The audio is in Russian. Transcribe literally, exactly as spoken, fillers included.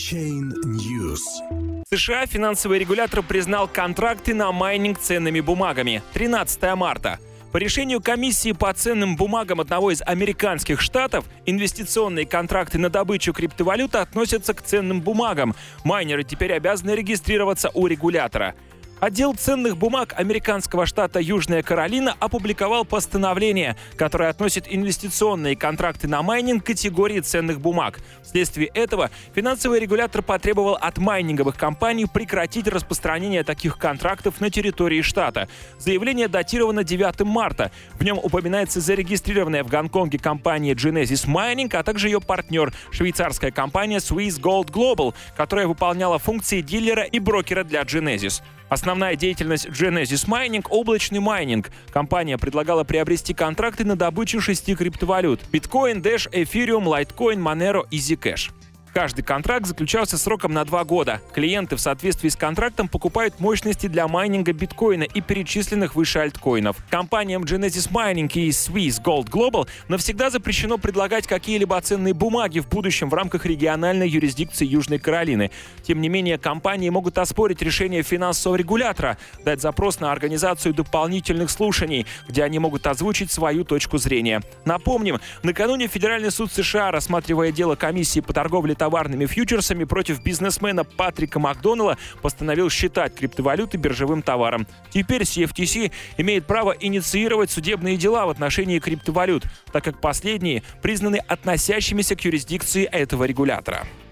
Chain News. США финансовый регулятор признал контракты на майнинг ценными бумагами. тринадцатое марта. По решению комиссии по ценным бумагам одного из американских штатов, инвестиционные контракты на добычу криптовалюты относятся к ценным бумагам. Майнеры теперь обязаны регистрироваться у регулятора. Отдел ценных бумаг американского штата Южная Каролина опубликовал постановление, которое относит инвестиционные контракты на майнинг к категории ценных бумаг. Вследствие этого финансовый регулятор потребовал от майнинговых компаний прекратить распространение таких контрактов на территории штата. Заявление датировано девятого марта. В нем упоминается зарегистрированная в Гонконге компания Genesis Mining, а также ее партнер, швейцарская компания Swiss Gold Global, которая выполняла функции дилера и брокера для Genesis. Основная деятельность Genesis Mining — облачный майнинг. Компания предлагала приобрести контракты на добычу шести криптовалют — биткоин, Dash, Ethereum, Litecoin, Monero и Zcash. Каждый контракт заключался сроком на два года. Клиенты в соответствии с контрактом покупают мощности для майнинга биткоина и перечисленных выше альткоинов. Компаниям Genesis Mining и Swiss Gold Global навсегда запрещено предлагать какие-либо ценные бумаги в будущем в рамках региональной юрисдикции Южной Каролины. Тем не менее, компании могут оспорить решение финансового регулятора, дать запрос на организацию дополнительных слушаний, где они могут озвучить свою точку зрения. Напомним, накануне Федеральный суд США, рассматривая дело комиссии по торговле товарными фьючерсами против бизнесмена Патрика Макдоналла, постановил считать криптовалюты биржевым товаром. Теперь си эф ти си имеет право инициировать судебные дела в отношении криптовалют, так как последние признаны относящимися к юрисдикции этого регулятора.